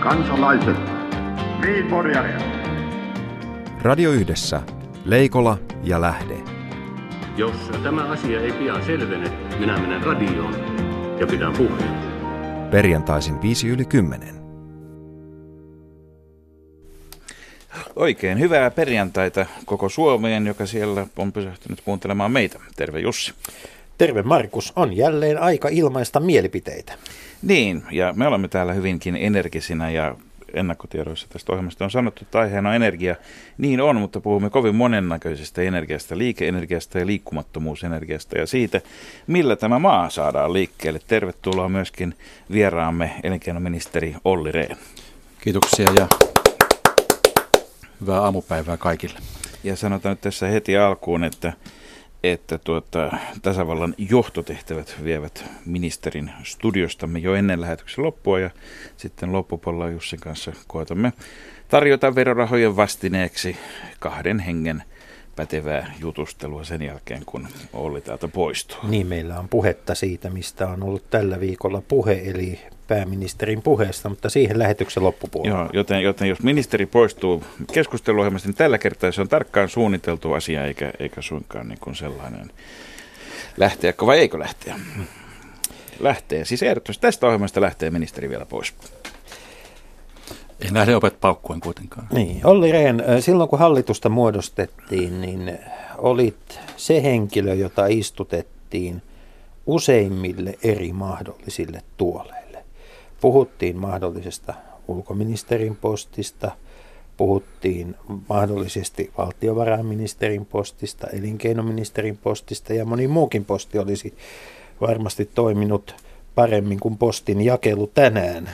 Kansalaiset, Radio Yhdessä, Leikola ja Lähde. Jos tämä asia ei pian selvene, minä menen radioon ja pidän puheen. Perjantaisin 5:10. Oikein hyvää perjantaita koko Suomeen, joka siellä on pysähtynyt kuuntelemaan meitä. Terve Jussi. Terve Markus, on jälleen aika ilmaista mielipiteitä. Niin, ja me olemme täällä hyvinkin energisinä ja ennakkotiedoissa tästä ohjelmasta on sanottu, että aiheena on energia. Niin on, mutta puhumme kovin monennäköisestä energiasta, liike-energiasta ja liikkumattomuusenergiasta ja siitä, millä tämä maa saadaan liikkeelle. Tervetuloa myöskin vieraamme elinkeinoministeri Olli Rehn. Kiitoksia ja hyvää aamupäivää kaikille. Ja sanotaan nyt tässä heti alkuun, että tasavallan johtotehtävät vievät ministerin studiostamme jo ennen lähetyksen loppua ja sitten loppupuolella Jussin kanssa koetamme tarjota verorahojen vastineeksi 2 hengen pätevää jutustelua sen jälkeen, kun Olli täältä poistuu. Niin, meillä on puhetta siitä, mistä on ollut tällä viikolla puhe, eli pääministerin puheesta, mutta siihen lähetyksen loppupuolella. Joo, joten jos ministeri poistuu keskusteluohjelmasta, niin tällä kertaa se on tarkkaan suunniteltu asia, eikä suinkaan niin kuin sellainen lähteäkö vai eikö lähteä. Lähtee. Siis ehdottomasti tästä ohjelmasta lähtee ministeri vielä pois. En lähde opet paukkuen kuitenkaan. Niin, Olli Rehn, silloin kun hallitusta muodostettiin, niin olit se henkilö, jota istutettiin useimmille eri mahdollisille tuoleille. Puhuttiin mahdollisesta ulkoministerin postista, puhuttiin mahdollisesti valtiovarainministerin postista, elinkeinoministerin postista ja moni muukin posti olisi varmasti toiminut paremmin kuin postin jakelu tänään.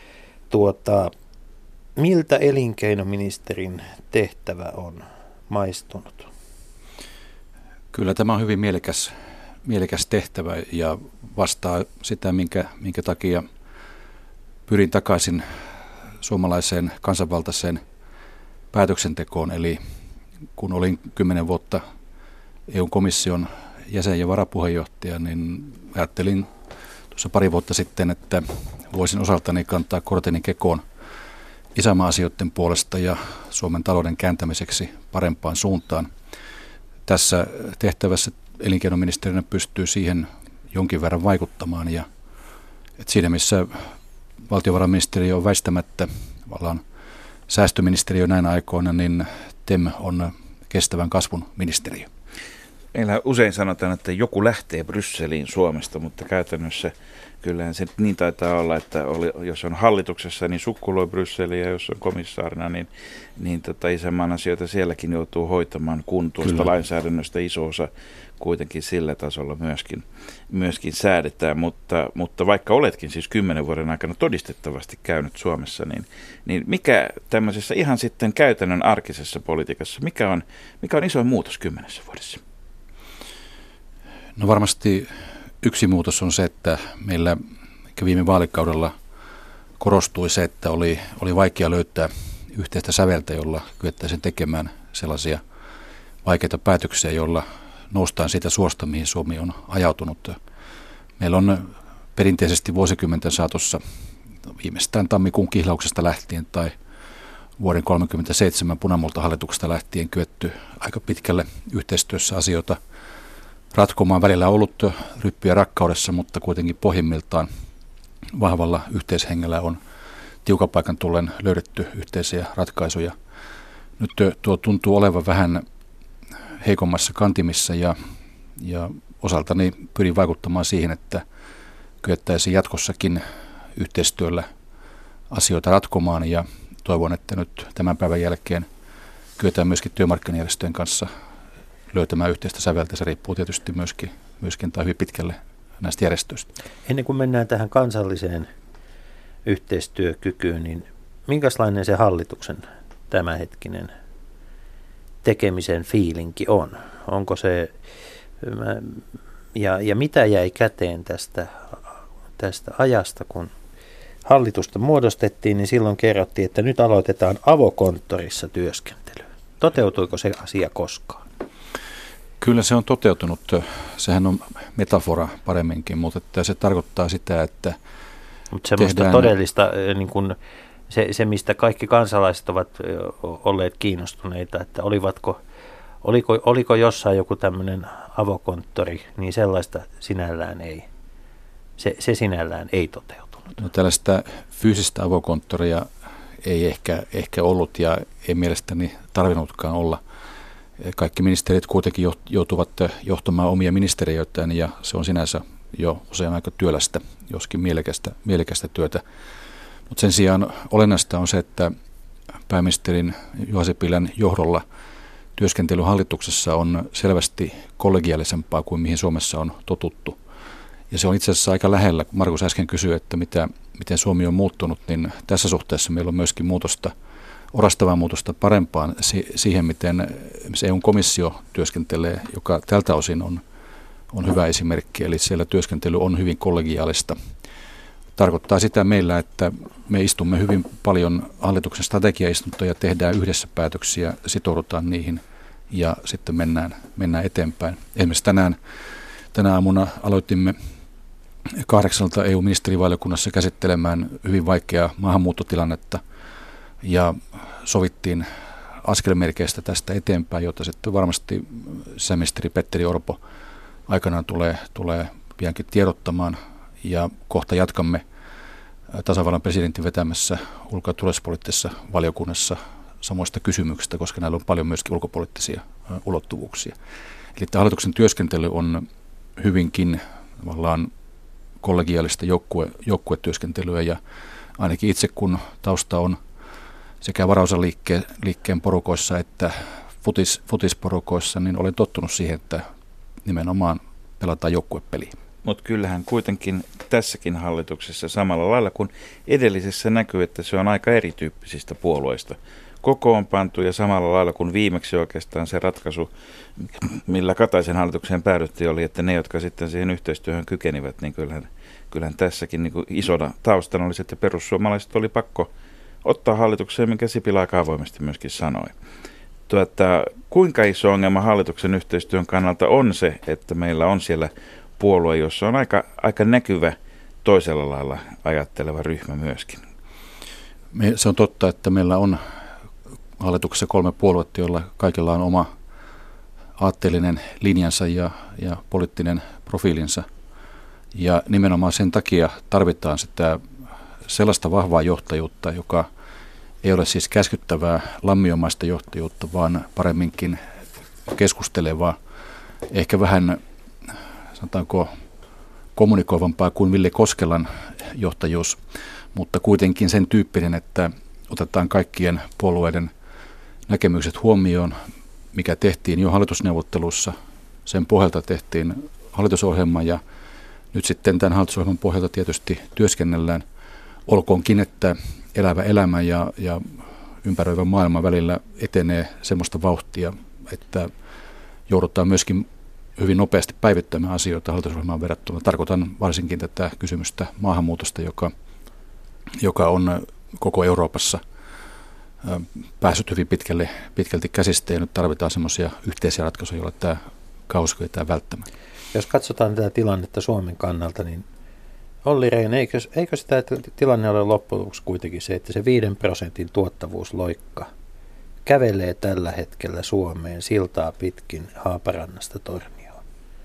Miltä elinkeinoministerin tehtävä on maistunut? Kyllä tämä on hyvin mielekäs tehtävä ja vastaa sitä, minkä takia pyrin takaisin suomalaiseen kansanvaltaiseen päätöksentekoon. Eli kun olin 10 vuotta EU-komission jäsen ja varapuheenjohtaja, niin ajattelin tuossa pari vuotta sitten, että voisin osaltani kantaa korteni kekoon isänmaa-asioiden puolesta ja Suomen talouden kääntämiseksi parempaan suuntaan. Tässä tehtävässä elinkeinoministerinä pystyy siihen jonkin verran vaikuttamaan. Ja että siinä missä valtiovarainministeriö on väistämättä vallan säästöministeriö näinä aikoina, niin TEM on kestävän kasvun ministeriö. Meillä usein sanotaan, että joku lähtee Brysseliin Suomesta, mutta käytännössä kyllähän se niin taitaa olla, että jos on hallituksessa, niin sukkuloi Brysseliin ja jos on komissaarina, niin isänmaan asioita sielläkin joutuu hoitamaan, kun tuosta lainsäädännöstä iso osa kuitenkin sillä tasolla myöskin säädetään. Mutta vaikka oletkin siis 10 vuoden aikana todistettavasti käynyt Suomessa, niin mikä tämmöisessä ihan sitten käytännön arkisessa politiikassa, mikä on iso muutos 10 vuodessa? No varmasti yksi muutos on se, että meillä viime vaalikaudella korostui se, että oli vaikea löytää yhteistä säveltä, jolla kyettäisiin tekemään sellaisia vaikeita päätöksiä, joilla noustaan siitä suosta, mihin Suomi on ajautunut. Meillä on perinteisesti vuosikymmenten saatossa viimeistään tammikuun kihlauksesta lähtien tai vuoden 1937 punamultahallituksesta lähtien kyetty aika pitkälle yhteistyössä asioita ratkomaan. Välillä on ollut ryppyjä rakkaudessa, mutta kuitenkin pohjimmiltaan vahvalla yhteishengellä on tiukan paikan tullen löydetty yhteisiä ratkaisuja. Nyt tuo tuntuu olevan vähän heikommassa kantimissa ja osaltani pyrin vaikuttamaan siihen, että kyettäisiin jatkossakin yhteistyöllä asioita ratkomaan ja toivon, että nyt tämän päivän jälkeen kyetään myöskin työmarkkinajärjestöjen kanssa löytämään yhteistä säveltä. Se riippuu tietysti myöskin tai hyvin pitkälle näistä järjestöistä. Ennen kuin mennään tähän kansalliseen yhteistyökykyyn, niin minkälainen se hallituksen tämänhetkinen tekemisen fiilinki on? Onko se, ja mitä jäi käteen tästä ajasta, kun hallitusta muodostettiin, niin silloin kerrottiin, että nyt aloitetaan avokonttorissa työskentely. Toteutuiko se asia koskaan? Kyllä se on toteutunut. Sehän on metafora paremminkin, mutta että se tarkoittaa sitä, että mutta semmoista todellista niin kuin se, mistä kaikki kansalaiset ovat olleet kiinnostuneita, että oliko jossain joku tämmöinen avokonttori, niin sellaista sinällään ei. Se sinällään ei toteutunut. No, tällaista fyysistä avokonttoria ei ehkä ollut ja ei mielestäni tarvinnutkaan olla. Kaikki ministerit kuitenkin joutuvat johtamaan omia ministeriöitään ja se on sinänsä jo usein aika työlästä, joskin mielekästä työtä. Mutta sen sijaan olennaista on se, että pääministerin Juha Sipilän johdolla työskentely hallituksessa on selvästi kollegiaalisempaa kuin mihin Suomessa on totuttu. Ja se on itse asiassa aika lähellä, kun Markus äsken kysyi, että miten Suomi on muuttunut, niin tässä suhteessa meillä on myöskin orastavaa muutosta parempaan siihen, miten EU-komissio työskentelee, joka tältä osin on hyvä esimerkki. Eli siellä työskentely on hyvin kollegiaalista. Tarkoittaa sitä meillä, että me istumme hyvin paljon hallituksen strategiaistuntoja, tehdään yhdessä päätöksiä, sitoudutaan niihin ja sitten mennään eteenpäin. Esimerkiksi tänä aamuna aloitimme 8 EU-ministerivaliokunnassa käsittelemään hyvin vaikeaa maahanmuuttotilannetta ja sovittiin askelmerkeistä tästä eteenpäin, jota sitten varmasti sisäministeri Petteri Orpo aikanaan tulee piankin tiedottamaan ja kohta jatkamme tasavallan presidentin vetämässä ulko- ja turvallisuuspoliittisessa valiokunnassa samoista kysymyksistä, koska näillä on paljon myöskin ulkopoliittisia ulottuvuuksia. Eli tämä hallituksen työskentely on hyvinkin tavallaan kollegiaalista joukkuetyöskentelyä ja ainakin itse kun tausta on sekä varaosaliikkeen porukoissa että futisporukoissa, niin olen tottunut siihen, että nimenomaan pelataan joukkuepeliä. Mutta kyllähän kuitenkin tässäkin hallituksessa samalla lailla kuin edellisessä näkyy, että se on aika erityyppisistä puolueista kokoonpantu ja samalla lailla kuin viimeksi oikeastaan se ratkaisu, millä Kataisen hallitukseen päädyttiin, oli, että ne, jotka sitten siihen yhteistyöhön kykenivät, niin kyllähän tässäkin niin kuin isona taustana oli, että perussuomalaiset oli pakko ottaa hallitukseen, minkä Sipilä aika avoimesti myöskin sanoi. Kuinka iso ongelma hallituksen yhteistyön kannalta on se, että meillä on siellä puolue, jossa on aika näkyvä toisella lailla ajatteleva ryhmä myöskin? Se on totta, että meillä on hallituksessa 3 puoluetta, joilla kaikilla on oma aatteellinen linjansa ja poliittinen profiilinsa. Ja nimenomaan sen takia tarvitaan sitä sellaista vahvaa johtajuutta, joka ei ole siis käskyttävää lammiomaista johtajuutta, vaan paremminkin keskustelevaa, ehkä vähän sanotaanko kommunikoivampaa kuin Ville Koskelan johtajuus, mutta kuitenkin sen tyyppinen, että otetaan kaikkien puolueiden näkemykset huomioon, mikä tehtiin jo hallitusneuvottelussa. Sen pohjalta tehtiin hallitusohjelma ja nyt sitten tämän hallitusohjelman pohjalta tietysti työskennellään. Olkoonkin, että elävä elämä ja ympäröivä maailma välillä etenee semmoista vauhtia, että joudutaan myöskin hyvin nopeasti päivittämään asioita hallitusohjelmaan verrattuna. Tarkoitan varsinkin tätä kysymystä maahanmuutosta, joka on koko Euroopassa päässyt hyvin pitkälti käsistä ja nyt tarvitaan semmoisia yhteisiä ratkaisuja, joilla tämä kaos kyetään välttämään. Jos katsotaan tätä tilannetta Suomen kannalta, niin Olli Rehn, eikö sitä tilanne ole loppujen lopuksi kuitenkin se, että se 5% tuottavuusloikka kävelee tällä hetkellä Suomeen siltaa pitkin Haaparannasta Tornioon?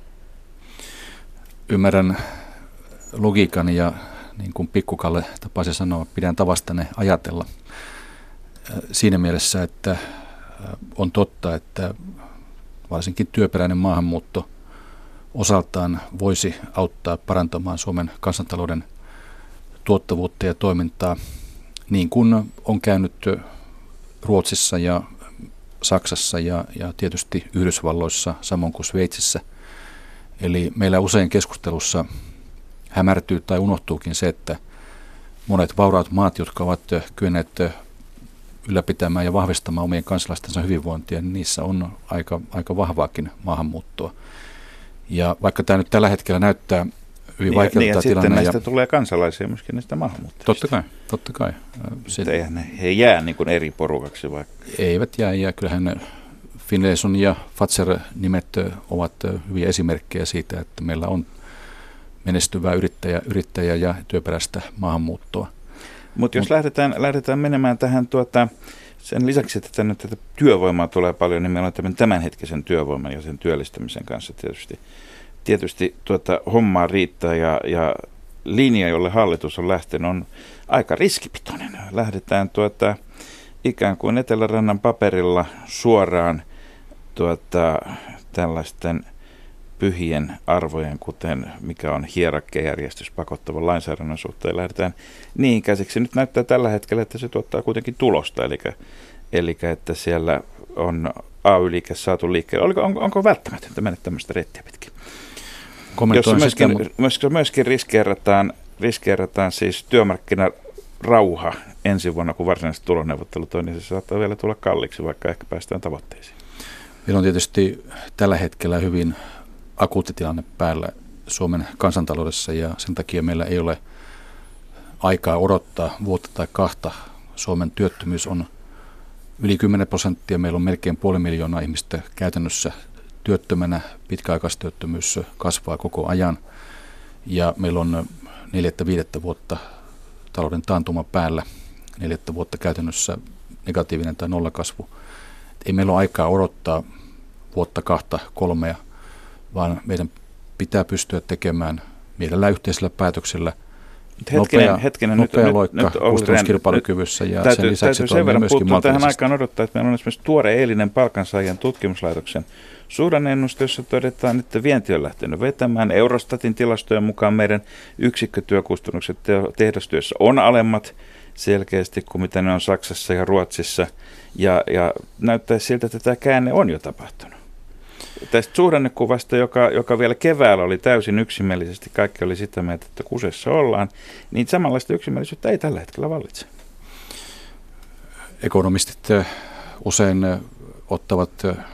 Ymmärrän logiikan ja niin kuin Pikkukalle tapasi sanoa, pidän tavastani ajatella siinä mielessä, että on totta, että varsinkin työperäinen maahanmuutto osaltaan voisi auttaa parantamaan Suomen kansantalouden tuottavuutta ja toimintaa, niin kuin on käynyt Ruotsissa ja Saksassa ja tietysti Yhdysvalloissa, samoin kuin Sveitsissä. Eli meillä usein keskustelussa hämärtyy tai unohtuukin se, että monet vauraat maat, jotka ovat kyenneet ylläpitämään ja vahvistamaan omien kansalaistensa hyvinvointia, niin niissä on aika vahvaakin maahanmuuttoa. Ja vaikka tämä nyt tällä hetkellä näyttää hyvin vaikealta tilanne. Sitten näistä tulee kansalaisia myöskin näistä maahanmuuttajista. Totta kai. He jää niin kuin eri porukaksi vaikka. Eivät jää, ja kyllähän Finlayson ja Fazer nimet ovat hyviä esimerkkejä siitä, että meillä on menestyvää yrittäjä ja työperäistä maahanmuuttoa. Mutta jos lähdetään menemään tähän sen lisäksi, että tänne tätä työvoimaa tulee paljon, niin meillä on tämänhetkisen työvoiman ja sen työllistämisen kanssa tietysti hommaa riittää ja linja, jolle hallitus on lähtenyt, on aika riskipitoinen. Lähdetään ikään kuin Etelärannan paperilla suoraan tällaisten pyhien arvojen, kuten mikä on hierarkiajärjestys pakottavan lainsäädännön suhteen. Lähdetään niihin käsiksi. Nyt näyttää tällä hetkellä, että se tuottaa kuitenkin tulosta, eli että siellä on AY-liike saatu liikkeelle. Onko välttämätöntä mennä tämmöistä reittiä pitkin? Jossa myöskin riskeerataan siis työmarkkinarauha ensi vuonna, kun varsinaiset tuloneuvottelut on, niin se saattaa vielä tulla kalliiksi, vaikka ehkä päästään tavoitteisiin. Meillä on tietysti tällä hetkellä hyvin akuutti tilanne päällä Suomen kansantaloudessa ja sen takia meillä ei ole aikaa odottaa vuotta tai kahta. Suomen työttömyys on yli 10%, meillä on melkein 500 000 ihmistä käytännössä työttömänä, pitkäaikaistyöttömyys kasvaa koko ajan ja meillä on 4-5 vuotta talouden taantuma päällä, 4 vuotta käytännössä negatiivinen tai nollakasvu. Ei meillä ole aikaa odottaa vuotta, 2-3, vaan meidän pitää pystyä tekemään mielellään yhteisellä päätöksellä nopea loikka kustannuskilpailukyvyssä ja sen lisäksi toimii myöskin maltillisesti. Tähän aikaan odottaa, että meillä on esimerkiksi tuore eilinen palkansaajien tutkimuslaitoksen suhdanne-ennuste, jossa todetaan, että vienti on lähtenyt vetämään. Eurostatin tilastojen mukaan meidän yksikkötyökustannukset tehdastyössä on alemmat selkeästi kuin mitä ne on Saksassa ja Ruotsissa. Ja näyttää siltä, että tämä käänne on jo tapahtunut. Tästä suhdannekuvasta, joka vielä keväällä oli täysin yksimielisesti, kaikki oli sitä mieltä, että kusessa ollaan, niin samanlaista yksimielisyyttä ei tällä hetkellä vallitse. Ekonomistit usein ottavat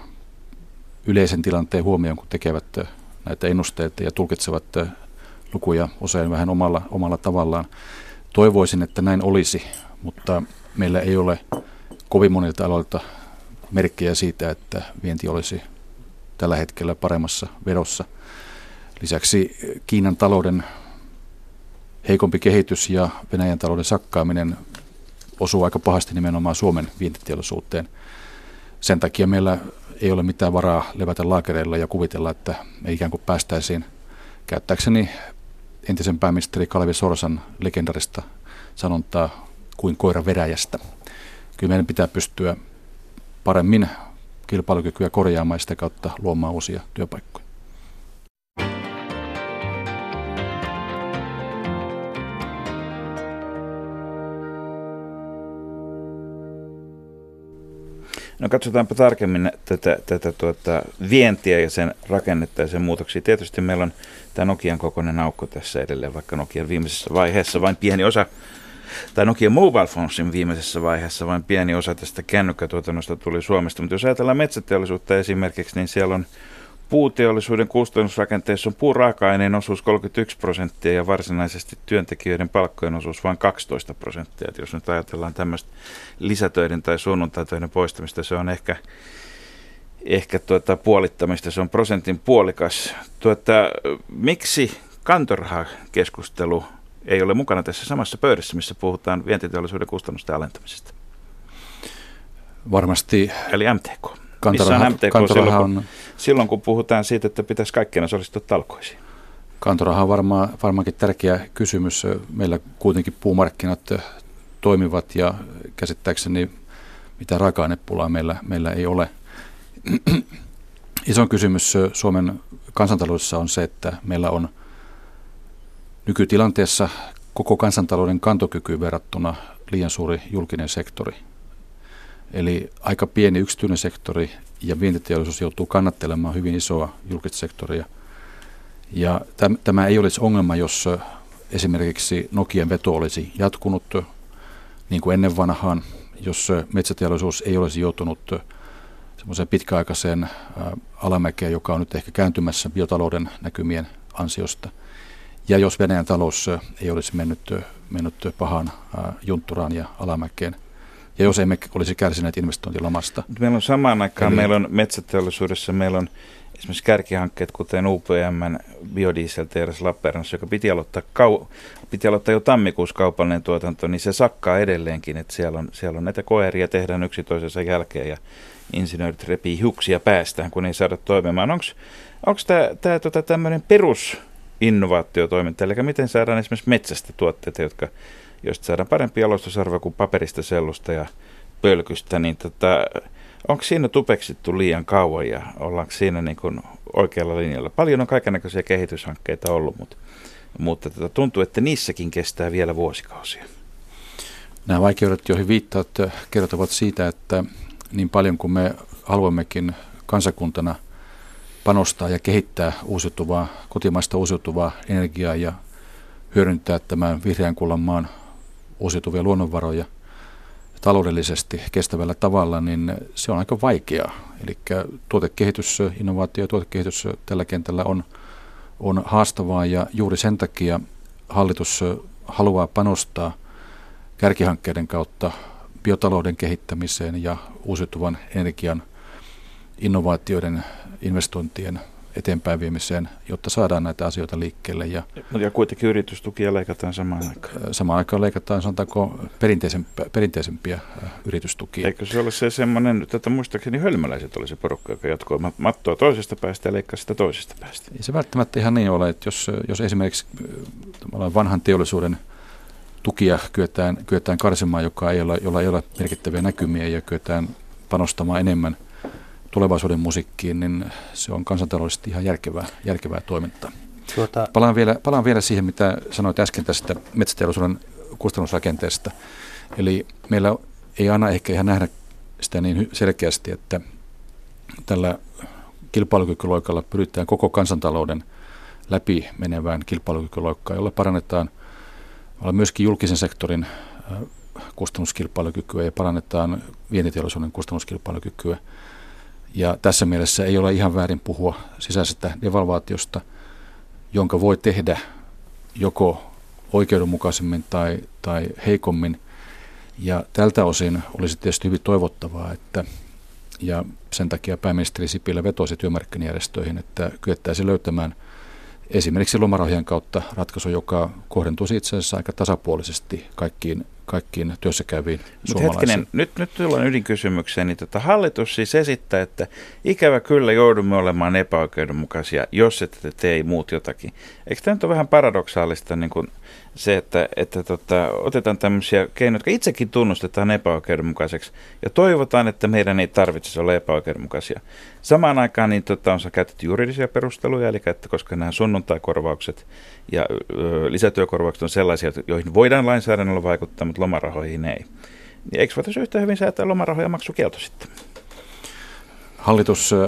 yleisen tilanteen huomioon, kun tekevät näitä ennusteita ja tulkitsevat lukuja usein vähän omalla tavallaan. Toivoisin, että näin olisi, mutta meillä ei ole kovin monilta aloilta merkkejä siitä, että vienti olisi tällä hetkellä paremmassa vedossa. Lisäksi Kiinan talouden heikompi kehitys ja Venäjän talouden sakkaaminen osuu aika pahasti nimenomaan Suomen vientiteollisuuteen. Sen takia meillä ei ole mitään varaa levätä laakereilla ja kuvitella, että me ikään kuin päästäisiin, käyttääkseni entisen pääministeri Kalevi Sorsan legendarista sanontaa kuin koira veräjästä. Kyllä meidän pitää pystyä paremmin kilpailukykyä korjaamaan ja sitä kautta luomaan uusia työpaikkoja. No katsotaanpa tarkemmin tätä vientiä ja sen rakennetta ja sen muutoksia. Tietysti meillä on tämä Nokian kokoinen aukko tässä edelleen, vaikka Nokian viimeisessä vaiheessa vain pieni osa, tai Nokia Mobile Phonesin viimeisessä vaiheessa vain pieni osa tästä kännykkätuotannosta tuli Suomesta. Mutta jos ajatellaan metsäteollisuutta esimerkiksi, niin siellä on puuteollisuuden kustannusrakenteessa on puuraaka-aineen osuus 31% ja varsinaisesti työntekijöiden palkkojen osuus vain 12%. Et jos nyt ajatellaan tämmöistä lisätöiden tai sunnuntaitöiden poistamista, se on ehkä puolittamista, se on prosentin puolikas. Miksi kantorahakeskustelu ei ole mukana tässä samassa pöydässä, missä puhutaan vientiteollisuuden kustannusten alentamisesta? Varmasti. Eli MTK. Missä on MTK silloin, kun puhutaan siitä, että pitäisi kaikkien osallistua talkoisiin? Kantoraha on varmaankin tärkeä kysymys. Meillä kuitenkin puumarkkinat toimivat ja käsittääkseni mitään raaka-ainepulaa meillä ei ole. Iso kysymys Suomen kansantaloudessa on se, että meillä on nykytilanteessa koko kansantalouden kantokykyyn verrattuna liian suuri julkinen sektori. Eli aika pieni yksityinen sektori ja vientiteollisuus joutuu kannattelemaan hyvin isoa julkista sektoria. Ja tämä ei olisi ongelma, jos esimerkiksi Nokian veto olisi jatkunut niin kuin ennen vanhaan, jos metsäteollisuus ei olisi joutunut semmoiseen pitkäaikaiseen alamäkeen, joka on nyt ehkä kääntymässä biotalouden näkymien ansiosta. Ja jos Venäjän talous ei olisi mennyt pahaan juntturaan ja alamäkeen. Ja jos emme olisi kärsineet investointilamasta. Meillä on samaan aikaan, meillä on metsäteollisuudessa, meillä on esimerkiksi kärkihankkeet, kuten UPM:n biodieseltehdas Lappeenrannassa, joka piti aloittaa jo tammikuussa kaupallinen tuotanto, niin se sakkaa edelleenkin, että siellä on näitä koeria, tehdään yksi toisensa jälkeen ja insinöörit repii hiuksia päästään, kun ei saada toimimaan. Onko tämä tämmöinen perusinnovaatiotoiminta, eli miten saadaan esimerkiksi metsästä tuotteita, joista saadaan parempi jalostusarvo kuin paperista, sellusta ja pölkystä, niin onko siinä tupeksittu liian kauan ja ollaanko siinä niin kuin oikealla linjalla? Paljon on kaikennäköisiä kehityshankkeita ollut, mutta tuntuu, että niissäkin kestää vielä vuosikausia. Nämä vaikeudet, joihin viittaat, kertovat siitä, että niin paljon kuin me haluammekin kansakuntana panostaa ja kehittää kotimaista uusiutuvaa energiaa ja hyödyntää tämän vihreän kullan maan uusiutuvia luonnonvaroja taloudellisesti kestävällä tavalla, niin se on aika vaikeaa. Eli innovaatio ja tuotekehitys tällä kentällä on haastavaa ja juuri sen takia hallitus haluaa panostaa kärkihankkeiden kautta biotalouden kehittämiseen ja uusiutuvan energian innovaatioiden investointien eteenpäin viemiseen, jotta saadaan näitä asioita liikkeelle. Ja kuitenkin yritystukia leikataan samaan aikaan. Samaan aikaan leikataan, sanotaanko, perinteisempiä yritystukia. Eikö se ole se semmoinen, että muistaakseni hölmöläiset oli se porukka, joka jatkoi mattoa toisesta päästä ja leikkasi sitä toisesta päästä? Ei se välttämättä ihan niin ole, että jos esimerkiksi vanhan teollisuuden tukia kyetään karsimaan, jolla ei ole merkittäviä näkymiä ja kyetään panostamaan enemmän tulevaisuuden musiikkiin, niin se on kansantaloudellisesti ihan järkevää toimintaa. Palaan vielä siihen, mitä sanoit äsken tästä metsäteollisuuden kustannusrakenteesta. Eli meillä ei aina ehkä ihan nähdä sitä niin selkeästi, että tällä kilpailukykyloikalla pyritään koko kansantalouden läpi menevään kilpailukykyloikkaan, jolla parannetaan myöskin julkisen sektorin kustannuskilpailukykyä ja parannetaan vientiteollisuuden kustannuskilpailukykyä. Ja tässä mielessä ei ole ihan väärin puhua sisäisestä devalvaatiosta, jonka voi tehdä joko oikeudenmukaisemmin tai heikommin. Ja tältä osin olisi tietysti hyvin toivottavaa, ja sen takia pääministeri Sipilä vetosi työmarkkinajärjestöihin, että kyettäisiin löytämään esimerkiksi lomarahojen kautta ratkaisu, joka kohdentuisi itse asiassa aika tasapuolisesti kaikkiin työssäkäyviin suomalaisiin. Nyt tullaan ydinkysymykseen. Niin hallitus siis esittää, että ikävä kyllä joudumme olemaan epäoikeudenmukaisia, jos ette tee muut jotakin. Eikö tämä nyt ole vähän paradoksaalista niin kuin se, että otetaan tämmöisiä keinoja, jotka itsekin tunnustetaan epäoikeudenmukaiseksi ja toivotaan, että meidän ei tarvitsisi olla epäoikeudenmukaisia. Samaan aikaan niin on käytetty juridisia perusteluja, eli että koska nämä sunnuntaikorvaukset ja lisätyökorvaukset on sellaisia, joihin voidaan lainsäädännöllä vaikuttaa, mutta lomarahoihin ei. Niin eikö voitaisiin yhtä hyvin säätää lomarahoja maksukielto sitten? Hallitus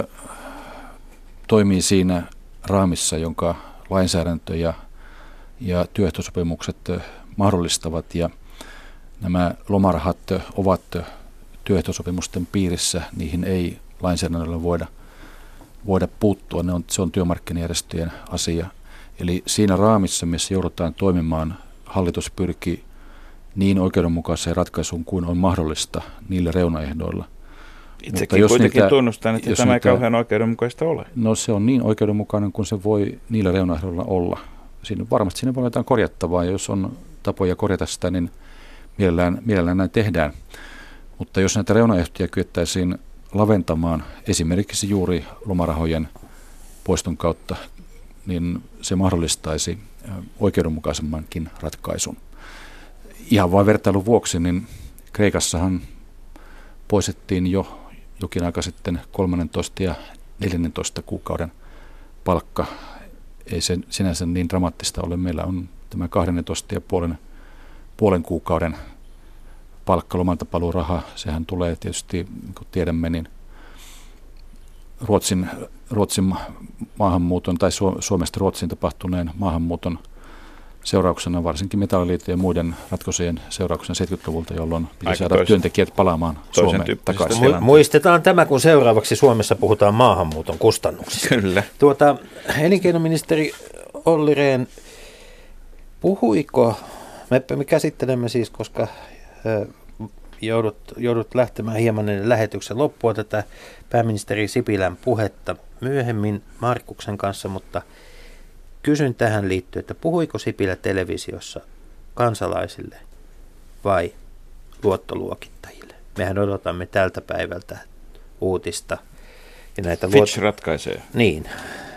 toimii siinä raamissa, jonka lainsäädäntö ja työehtosopimukset mahdollistavat, ja nämä lomarahat ovat työehtosopimusten piirissä, niihin ei lainsäädännöllä voida puuttua, se on työmarkkinajärjestöjen asia. Eli siinä raamissa, missä joudutaan toimimaan, hallitus pyrkii niin oikeudenmukaiseen ratkaisuun kuin on mahdollista niillä reunaehdoilla. Itsekin kuitenkin tunnustan, että tämä ei kauhean oikeudenmukaista ole. No se on niin oikeudenmukainen kuin se voi niillä reunaehdoilla olla. Varmasti siinä voi jotain korjattavaa, ja jos on tapoja korjata sitä, niin mielellään näin tehdään. Mutta jos näitä reunaehtoja kyettäisiin laventamaan esimerkiksi juuri lomarahojen poiston kautta, niin se mahdollistaisi oikeudenmukaisemmankin ratkaisun. Ihan vain vertailun vuoksi, niin Kreikassahan poistettiin jo jokin aika sitten 13 ja 14 kuukauden palkka. Ei se sinänsä niin dramaattista ole. Meillä on tämä 12 ja puolen kuukauden palkka, lomaltapaluuraha. Sehän tulee tietysti, niin kuin tiedämme, niin Ruotsin maahanmuuton tai Suomesta Ruotsiin tapahtuneen maahanmuuton seurauksena, varsinkin Metalliliiton ja muiden ratkaisujen seurauksena 70-luvulta, jolloin piti saada työntekijät palaamaan Suomeen takaisin. Muistetaan tämä, kun seuraavaksi Suomessa puhutaan maahanmuuton kustannuksista. Kyllä. Elinkeinoministeri Olli Rehn, puhuiko, me käsittelemme siis, koska joudut lähtemään hieman ennen lähetyksen loppua tätä pääministeri Sipilän puhetta myöhemmin Markuksen kanssa, mutta kysyn tähän liittyen, että puhuiko Sipilä televisiossa kansalaisille vai luottoluokittajille? Mehän odotamme tältä päivältä uutista. Ja näitä Fitch ratkaisee. Niin,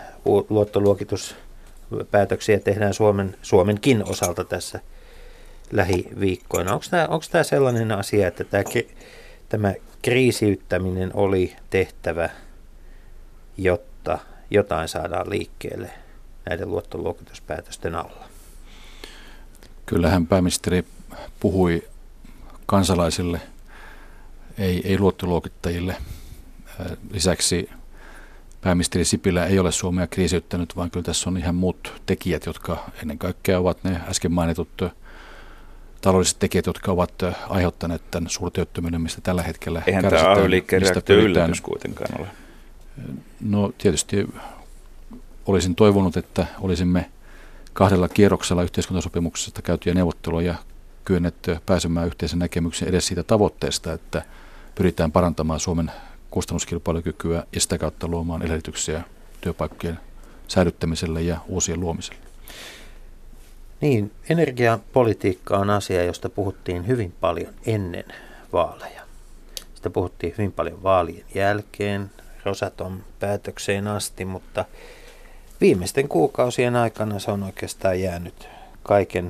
luottoluokituspäätöksiä tehdään Suomenkin osalta tässä lähiviikkoina. Onko tämä sellainen asia, että tämä kriisiyttäminen oli tehtävä, jotta jotain saadaan liikkeelle näiden luottoluokituspäätösten alla? Kyllähän pääministeri puhui kansalaisille, ei luottoluokittajille. Lisäksi pääministeri Sipilä ei ole Suomea kriisiyttänyt, vaan kyllä tässä on ihan muut tekijät, jotka ennen kaikkea ovat ne äsken mainitut taloudelliset tekijät, jotka ovat aiheuttaneet tämän suurtyöttömyyden, mistä tällä hetkellä eihän kärsitään. Eihän tämä AY-liikkeen reaktio yllätys kuitenkaan ole. No tietysti olisin toivonut, että olisimme 2 kierroksella yhteiskuntasopimuksesta käytyjä neuvotteluja kyenneet pääsemään yhteisen näkemyksen edes siitä tavoitteesta, että pyritään parantamaan Suomen kustannuskilpailukykyä ja sitä kautta luomaan edellytyksiä työpaikkojen säilyttämiselle ja uusien luomiselle. Niin, energiapolitiikka on asia, josta puhuttiin hyvin paljon ennen vaaleja. Sitä puhuttiin hyvin paljon vaalien jälkeen, Rosatom päätökseen asti, mutta viimeisten kuukausien aikana se on oikeastaan jäänyt kaiken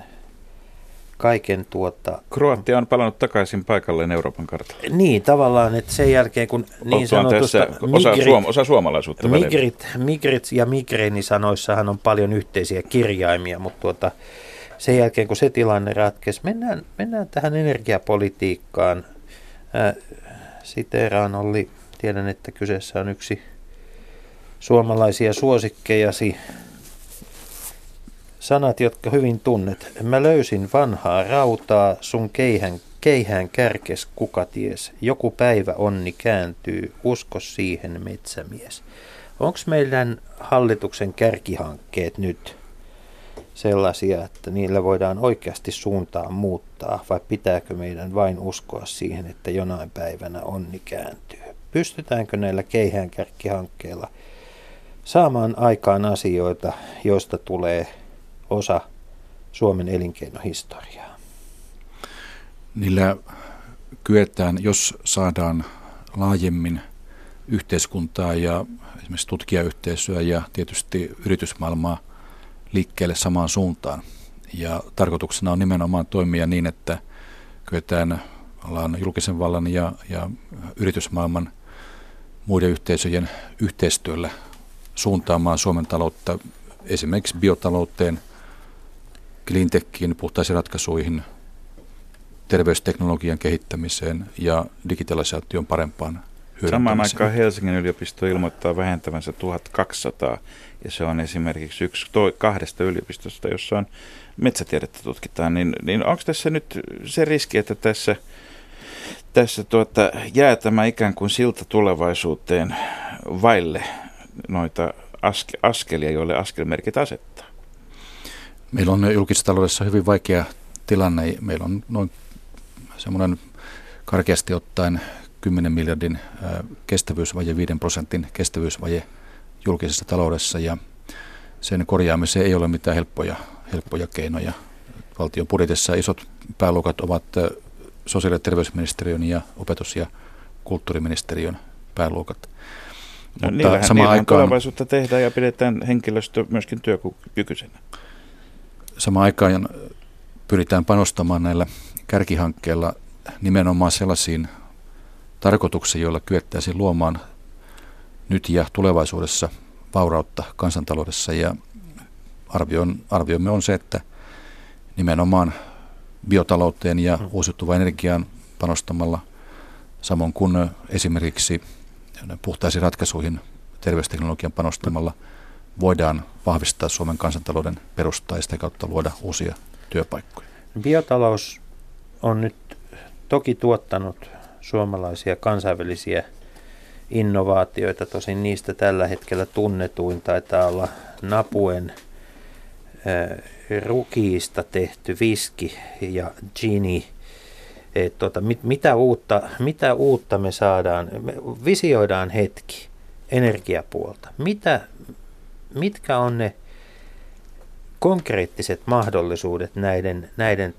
Kroatia on palannut takaisin paikalleen Euroopan kartalle. Niin, tavallaan, että sen jälkeen kun niin sanotusta osa suomalaisuutta Migrit ja migreeni-sanoissahan on paljon yhteisiä kirjaimia, mutta sen jälkeen kun se tilanne ratkesi, mennään tähän energiapolitiikkaan. Siteeraan Olli, tiedän, että kyseessä on yksi suomalaisia suosikkejasi. Sanat, jotka hyvin tunnet. Mä löysin vanhaa rautaa, sun keihään kärkes kuka ties. Joku päivä onni kääntyy, usko siihen metsämies. Onko meidän hallituksen kärkihankkeet nyt sellaisia, että niillä voidaan oikeasti suuntaan muuttaa, vai pitääkö meidän vain uskoa siihen, että jonain päivänä onni kääntyy? Pystytäänkö näillä keihään kärkihankkeilla saamaan aikaan asioita, joista tulee osa Suomen elinkeinohistoriaa? Niillä kyetään, jos saadaan laajemmin yhteiskuntaa ja esimerkiksi tutkijayhteisöä ja tietysti yritysmaailmaa liikkeelle samaan suuntaan. Ja tarkoituksena on nimenomaan toimia niin, että kyetään julkisen vallan ja yritysmaailman muiden yhteisöjen yhteistyöllä suuntaamaan Suomen taloutta esimerkiksi biotalouteen, cleantechiin, puhtaisiin ratkaisuihin, terveysteknologian kehittämiseen ja digitalisaation parempaan hyödyntämiseen. Samaan aikaan Helsingin yliopisto ilmoittaa vähentävänsä 1200, ja se on esimerkiksi yksi 2 yliopistosta, jossa on metsätiedettä tutkitaan. Niin onko tässä nyt se riski, että tässä jää tämä ikään kuin silta tulevaisuuteen vaille noita askelia, joille askelmerkit asettaa? Meillä on julkisessa taloudessa hyvin vaikea tilanne. Meillä on noin semmoinen karkeasti ottaen 10 miljardin kestävyysvaje, 5% kestävyysvaje julkisessa taloudessa, ja sen korjaamiseen ei ole mitään helppoja keinoja. Valtion budjetissa isot pääluokat ovat sosiaali- ja terveysministeriön ja opetus- ja kulttuuriministeriön pääluokat. No, niillähän tulevaisuutta tehdään ja pidetään henkilöstö myöskin työkykyisenä. Samaan aikaan pyritään panostamaan näillä kärkihankkeilla nimenomaan sellaisiin tarkoituksiin, joilla kyettäisiin luomaan nyt ja tulevaisuudessa vaurautta kansantaloudessa. Ja arviomme on se, että nimenomaan biotalouteen ja uusiutuvaan energiaan panostamalla, samoin kuin esimerkiksi puhtaisiin ratkaisuihin terveysteknologian panostamalla, voidaan vahvistaa Suomen kansantalouden perustaa ja sitä kautta luoda uusia työpaikkoja. Biotalous on nyt toki tuottanut suomalaisia kansainvälisiä innovaatioita, tosin niistä tällä hetkellä tunnetuin taitaa olla Napuen rukiista tehty viski ja gini, mitä uutta me saadaan. Me visioidaan hetki energiapuolta. Mitkä on ne konkreettiset mahdollisuudet näiden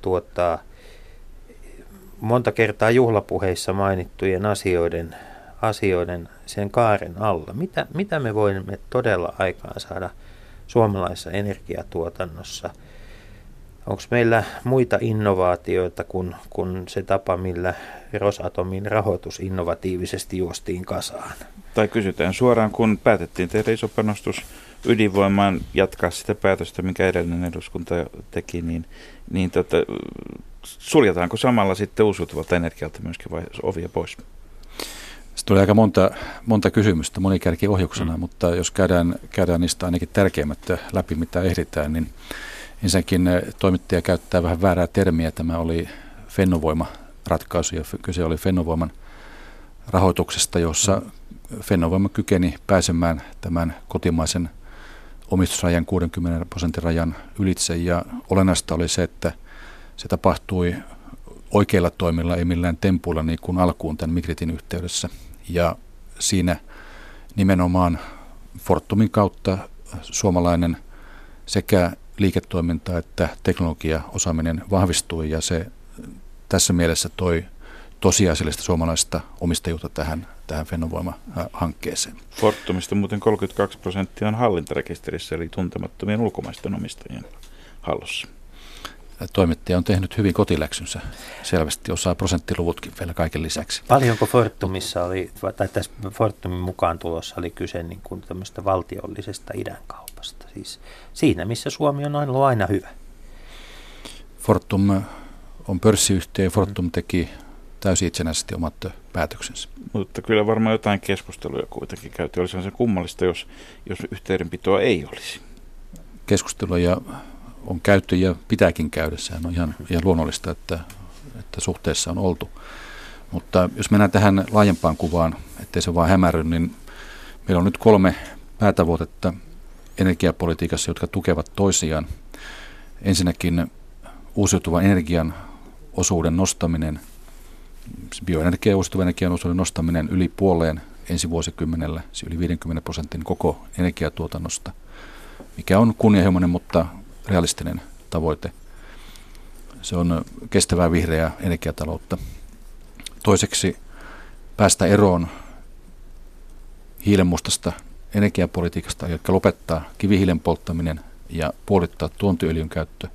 monta kertaa juhlapuheissa mainittujen asioiden sen kaaren alla? Mitä me voimme todella aikaan saada suomalaisessa energiatuotannossa? Onko meillä muita innovaatioita kuin se tapa, millä Rosatomin rahoitus innovatiivisesti juostiin kasaan? Tai kysytään suoraan, kun päätettiin tehdä iso panostus ydinvoimaan, jatkaa sitä päätöstä, mikä edellinen eduskunta teki, niin suljetaanko samalla sitten uusiutuvalta energialta myöskin vai ovia pois? Se tuli aika monta kysymystä monikärkiohjuksena, mutta jos käydään niistä ainakin tärkeimmät läpi, mitä ehditään, niin ensinnäkin toimittaja käyttää vähän väärää termiä. Tämä oli Fennovoima-ratkaisu ja kyse oli Fennovoiman rahoituksesta, jossa Fennovoima kykeni pääsemään tämän kotimaisen omistusrajan 60% rajan ylitse. Ja olennaista oli se, että se tapahtui oikeilla toimilla, ei millään tempuilla niin kuin alkuun tämän Migritin yhteydessä. Ja siinä nimenomaan Fortumin kautta suomalainen sekä liiketoiminta että teknologiaosaaminen vahvistui ja se tässä mielessä toi tosiasiallista suomalaista omistajuutta tähän Fennovoima-hankkeeseen. Fortumista muuten 32% on hallintarekisterissä, eli tuntemattomien ulkomaisten omistajien hallussa. Toimittaja on tehnyt hyvin kotiläksynsä. Selvästi osaa prosenttiluvutkin vielä kaiken lisäksi. Paljonko Fortumissa oli, tai tässä Fortumin mukaan tulossa oli kyse niin kuin tämmöistä valtiollisesta idänkaupasta? Siis siinä, missä Suomi on ollut aina hyvä. Fortum on pörssiyhtiö ja Fortum teki täysin itsenäisesti omat päätöksensä. Mutta kyllä varmaan jotain keskusteluja kuitenkin käytiin. Olisi se kummallista, jos yhteydenpitoa ei olisi. Keskusteluja on käyty ja pitääkin käydä. Sehän on ihan luonnollista, että suhteessa on oltu. Mutta jos mennään tähän laajempaan kuvaan, ettei se vaan hämärry, niin meillä on nyt 3 päätavoitetta energiapolitiikassa, jotka tukevat toisiaan. Ensinnäkin uusiutuvan energian osuuden nostaminen, bioenergia ja uusiutuvan energian osuuden nostaminen yli puoleen ensi vuosikymmenellä, yli 50% koko energiatuotannosta, mikä on kunnianhimoinen, mutta realistinen tavoite. Se on kestävää vihreää energiataloutta. Toiseksi päästä eroon hiilenmustasta energiapolitiikasta, jotka lopettaa kivihiilen polttaminen ja puolittaa tuontiöljyn käyttö.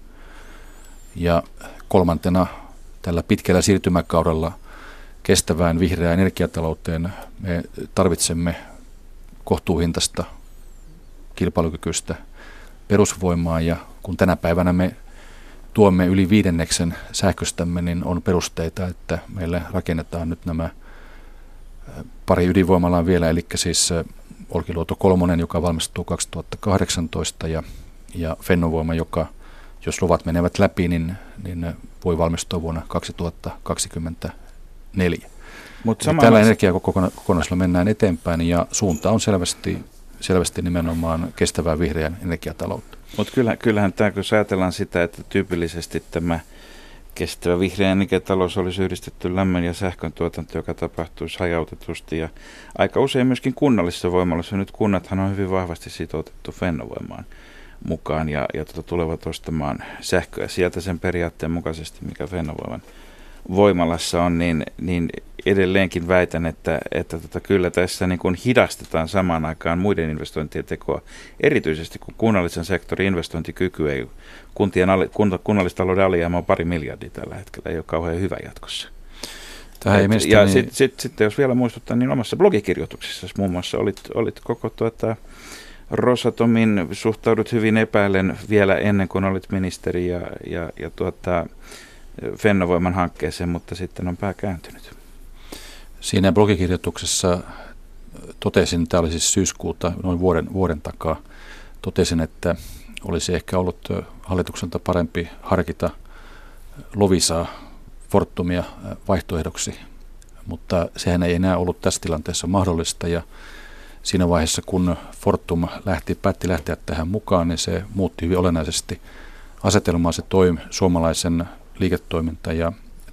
Ja kolmantena tällä pitkällä siirtymäkaudella kestävään vihreään energiatalouteen me tarvitsemme kohtuuhintaista, kilpailukykyistä perusvoimaa, ja kun tänä päivänä me tuomme yli 5% sähköstämme, niin on perusteita, että meille rakennetaan nyt nämä pari ydinvoimalaa vielä, eli siis Olkiluoto 3, joka valmistuu 2018, ja Fennovoima, joka, jos luvat menevät läpi, niin voi valmistua vuonna 2024. Tällä energiakokonaisuudella mennään eteenpäin, ja suunta on selvästi nimenomaan kestävää vihreän energiataloutta. Mutta kyllähän tämä, kun ajatellaan sitä, että tyypillisesti tämä kestävä vihreä energiatalous olisi yhdistetty lämmön ja sähkön tuotanto, joka tapahtuisi hajautetusti ja aika usein myöskin kunnallisessa voimaloissa. Nyt kunnathan on hyvin vahvasti sitoutettu Fennovoimaan mukaan ja tulevat ostamaan sähköä sieltä sen periaatteen mukaisesti, mikä Fennovoiman voimalassa on, niin edelleenkin väitän, että kyllä tässä niin kuin hidastetaan samaan aikaan muiden investointien tekoa, erityisesti kun kunnallisen sektorin investointikyky ei, kunnallistalouden alijäämä on 2 miljardia tällä hetkellä, ei ole kauhean hyvä jatkossa. Ja sitten jos vielä muistuttaa, niin omassa blogikirjoituksessa muun muassa olit koko Rosatomin suhtaudut hyvin epäillen vielä ennen kuin olit ministeri ja Fennovoiman hankkeeseen, mutta sitten on pää kääntynyt. Siinä blogikirjoituksessa totesin, tämä oli siis syyskuuta noin vuoden takaa, totesin, että olisi ehkä ollut hallitukselta parempi harkita Loviisaa Fortumia vaihtoehdoksi, mutta sehän ei enää ollut tässä tilanteessa mahdollista, ja siinä vaiheessa, kun Fortum päätti lähteä tähän mukaan, niin se muutti hyvin olennaisesti asetelmaa, se toi suomalaisen liiketoiminta- ja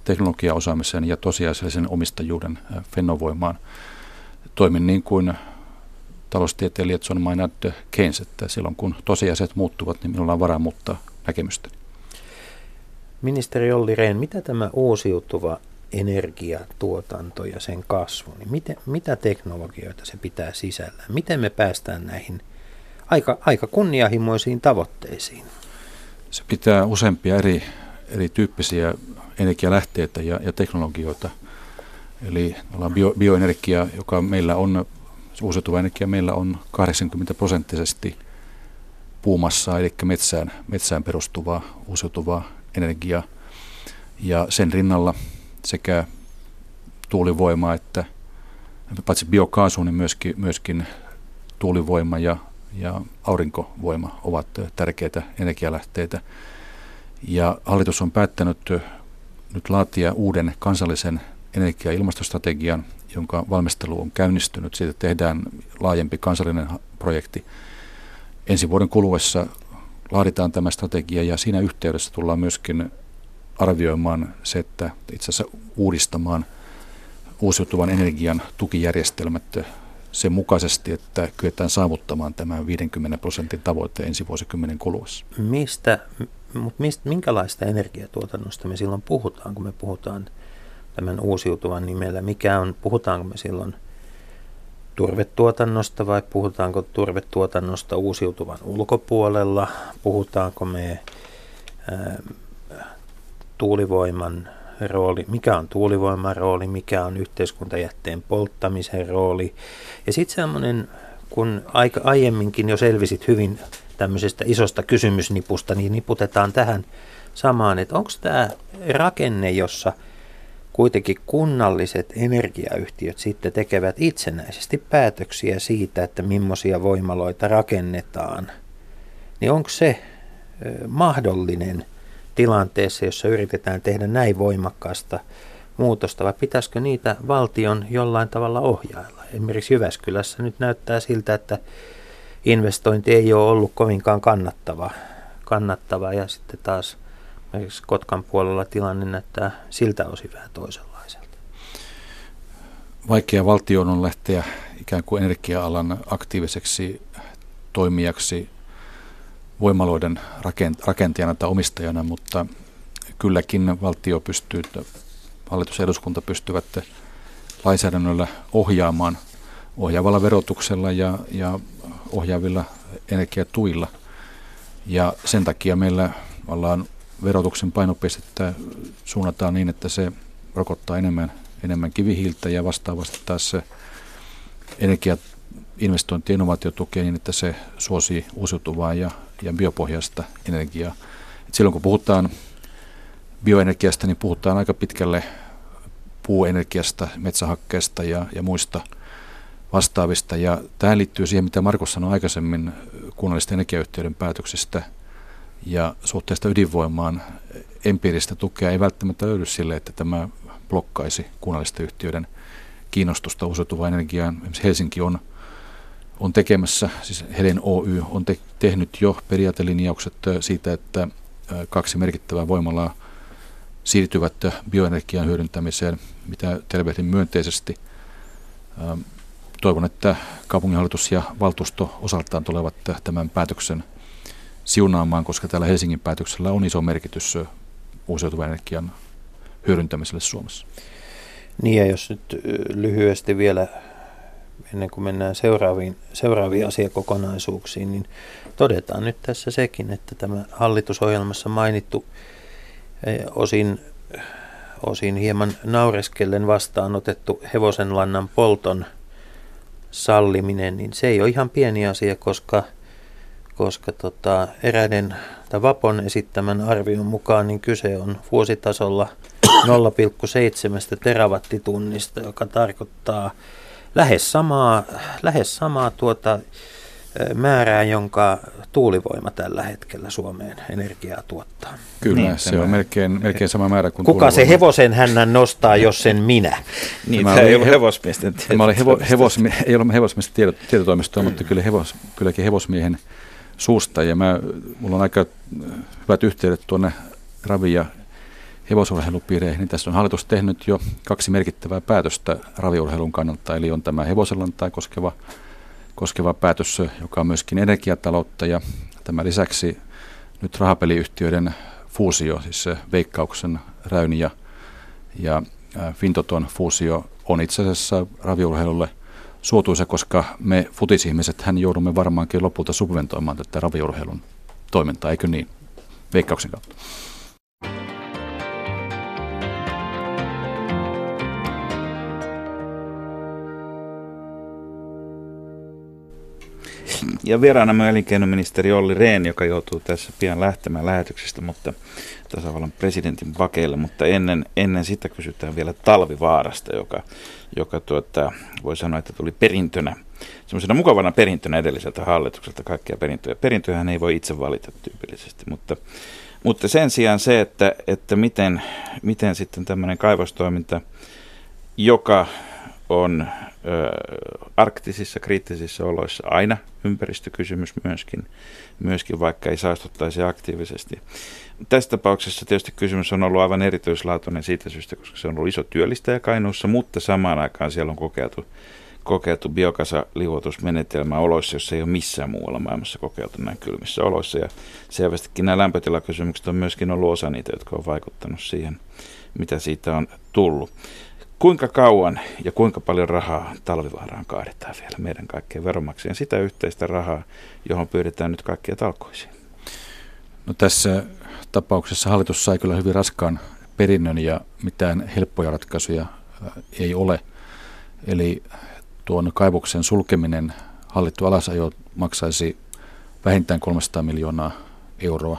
teknologiaosaamisen ja tosiasiallisen omistajuuden Fennovoimaan. Toimin niin kuin taloustieteilijä John Maynard Keynes, että silloin kun tosiasiat muuttuvat, niin minulla on varaa muuttaa näkemystä. Ministeri Olli Rehn, mitä tämä uusiutuva energiatuotanto ja sen kasvu, niin mitä teknologioita se pitää sisällään? Miten me päästään näihin aika kunnianhimoisiin tavoitteisiin? Se pitää useampia erityyppisiä energialähteitä ja teknologioita. Eli ollaan bioenergia, joka meillä on, uusiutuva energia meillä on 80% puumassaa, eli metsään perustuvaa uusiutuvaa energiaa. Ja sen rinnalla sekä tuulivoima että paitsi biokaasu, niin myöskin tuulivoima ja aurinkovoima ovat tärkeitä energialähteitä. Ja hallitus on päättänyt nyt laatia uuden kansallisen energia- ja ilmastostrategian, jonka valmistelu on käynnistynyt. Siitä tehdään laajempi kansallinen projekti. Ensi vuoden kuluessa laaditaan tämä strategia ja siinä yhteydessä tullaan myöskin arvioimaan se, että itse asiassa uudistamaan uusiutuvan energian tukijärjestelmät sen mukaisesti, että kyetään saavuttamaan tämä 50% tavoite ensi vuosikymmenen kuluessa. Minkälaista energiatuotannosta me silloin puhutaan, kun me puhutaan tämän uusiutuvan nimellä? Puhutaanko me silloin turvetuotannosta vai puhutaanko turvetuotannosta uusiutuvan ulkopuolella? Puhutaanko me tuulivoiman rooli, mikä on tuulivoiman rooli, mikä on yhteiskuntajätteen polttamisen rooli. Ja sitten semmoinen, kun aiemminkin jo selvisit hyvin tämmöisestä isosta kysymysnipusta, niin niputetaan tähän samaan, että onko tämä rakenne, jossa kuitenkin kunnalliset energiayhtiöt sitten tekevät itsenäisesti päätöksiä siitä, että millaisia voimaloita rakennetaan, niin onko se mahdollinen tilanteessa, jossa yritetään tehdä näin voimakkaasta muutosta, vai pitäisikö niitä valtion jollain tavalla ohjailla? Esimerkiksi Jyväskylässä nyt näyttää siltä, että investointi ei ole ollut kovinkaan kannattava ja sitten taas esimerkiksi Kotkan puolella tilanne näyttää siltä osin vähän toisenlaiselta. Vaikea valtion on lähteä ikään kuin energia-alan aktiiviseksi toimijaksi voimaloiden rakentajana tai omistajana, mutta kylläkin valtio pystyy, hallitus ja eduskunta pystyvät lainsäädännöllä ohjaavalla verotuksella ja ohjaavilla energiatuilla. Ja sen takia meillä ollaan verotuksen painopistettä suunnataan niin, että se rokottaa enemmän kivihiiltä ja vastaavasti taas se energiainvestointi- ja innovaatiotukea niin, että se suosii uusiutuvaa ja biopohjaista energiaa. Et silloin kun puhutaan bioenergiasta, niin puhutaan aika pitkälle puuenergiasta, metsähakkeesta ja muista vastaavista. Ja tähän liittyy siihen, mitä Markus sanoi aikaisemmin kunnallisten energiayhtiöiden päätöksistä ja suhteesta ydinvoimaan. Empiiristä tukea ei välttämättä löydy sille, että tämä blokkaisi kunnallisten yhtiöiden kiinnostusta uusiutuvaan energiaan. Esimerkiksi Helsinki on tekemässä, siis Helen Oy on tehnyt jo periaatelinjaukset siitä, että 2 merkittävää voimalaa siirtyvät bioenergian hyödyntämiseen, mitä tervehdin myönteisesti. Toivon, että kaupunginhallitus ja valtuusto osaltaan tulevat tämän päätöksen siunaamaan, koska täällä Helsingin päätöksellä on iso merkitys uusiutuvan energian hyödyntämiselle Suomessa. Niin ja jos nyt lyhyesti vielä ennen kuin mennään seuraaviin asiakokonaisuuksiin, niin todetaan nyt tässä sekin, että tämä hallitusohjelmassa mainittu osin hieman naureskellen vastaanotettu hevosenlannan polton salliminen, niin se ei ole ihan pieni asia, koska eräiden Vapon esittämän arvion mukaan niin kyse on vuositasolla 0,7 terawattitunnista, joka tarkoittaa lähes samaa määrää, jonka tuulivoima tällä hetkellä Suomeen energiaa tuottaa. Kyllä, niin, se on melkein sama määrä kuin kuka tuulivoima. Se hevosen hännän nostaa, jos sen minä? Niin, tämä ei ollut hevosmiesten tietotoimistoa. Tämä oli ei ollut hevosmiesten tietotoimistoa, mutta kylläkin hevosmiehen suusta. Ja mulla on aika hyvät yhteydet tuonne Ravi- ja hevosurheilupiireihin, niin tässä on hallitus tehnyt jo 2 merkittävää päätöstä raviurheilun kannalta, eli on tämä hevosenlantaa koskeva päätös, joka on myöskin energiataloutta, ja tämän lisäksi nyt rahapeliyhtiöiden fuusio, siis Veikkauksen, Räyn ja Fintoton fuusio on itse asiassa raviurheilulle suotuisa, koska me futisihmiset joudumme varmaankin lopulta subventoimaan tätä raviurheilun toimintaa, eikö niin, Veikkauksen kautta? Ja vieraanamme elinkeinoministeri Olli Rehn, joka joutuu tässä pian lähtemään lähetyksestä, mutta tasavallan presidentin vakeille, mutta ennen sitä kysytään vielä Talvivaarasta, joka voi sanoa, että tuli perintönä, semmoisena mukavana perintönä edelliseltä hallitukselta, kaikkia perintöjä. Perintöjähän ei voi itse valita tyypillisesti, mutta sen sijaan se, että miten sitten tämmöinen kaivostoiminta, joka on arktisissa kriittisissä oloissa aina ympäristökysymys myöskin, vaikka ei saastuttaisi aktiivisesti. Tässä tapauksessa tietysti kysymys on ollut aivan erityislaatuinen siitä syystä, koska se on ollut iso työllistäjä Kainuussa, mutta samaan aikaan siellä on kokeiltu biokasaliuotusmenetelmää oloissa, jossa ei ole missään muualla maailmassa kokeiltu näin kylmissä oloissa. Ja selvästikin nämä lämpötilakysymykset on myöskin ollut osa niitä, jotka on vaikuttanut siihen, mitä siitä on tullut. Kuinka kauan ja kuinka paljon rahaa Talvivaaraan kaadetaan vielä meidän kaikkien veronmaksajien, sitä yhteistä rahaa, johon pyydetään nyt kaikkia talkoisiin? No tässä tapauksessa hallitus sai kyllä hyvin raskaan perinnön ja mitään helppoja ratkaisuja ei ole. Eli tuon kaivoksen sulkeminen, hallittu alasajo maksaisi vähintään 300 miljoonaa euroa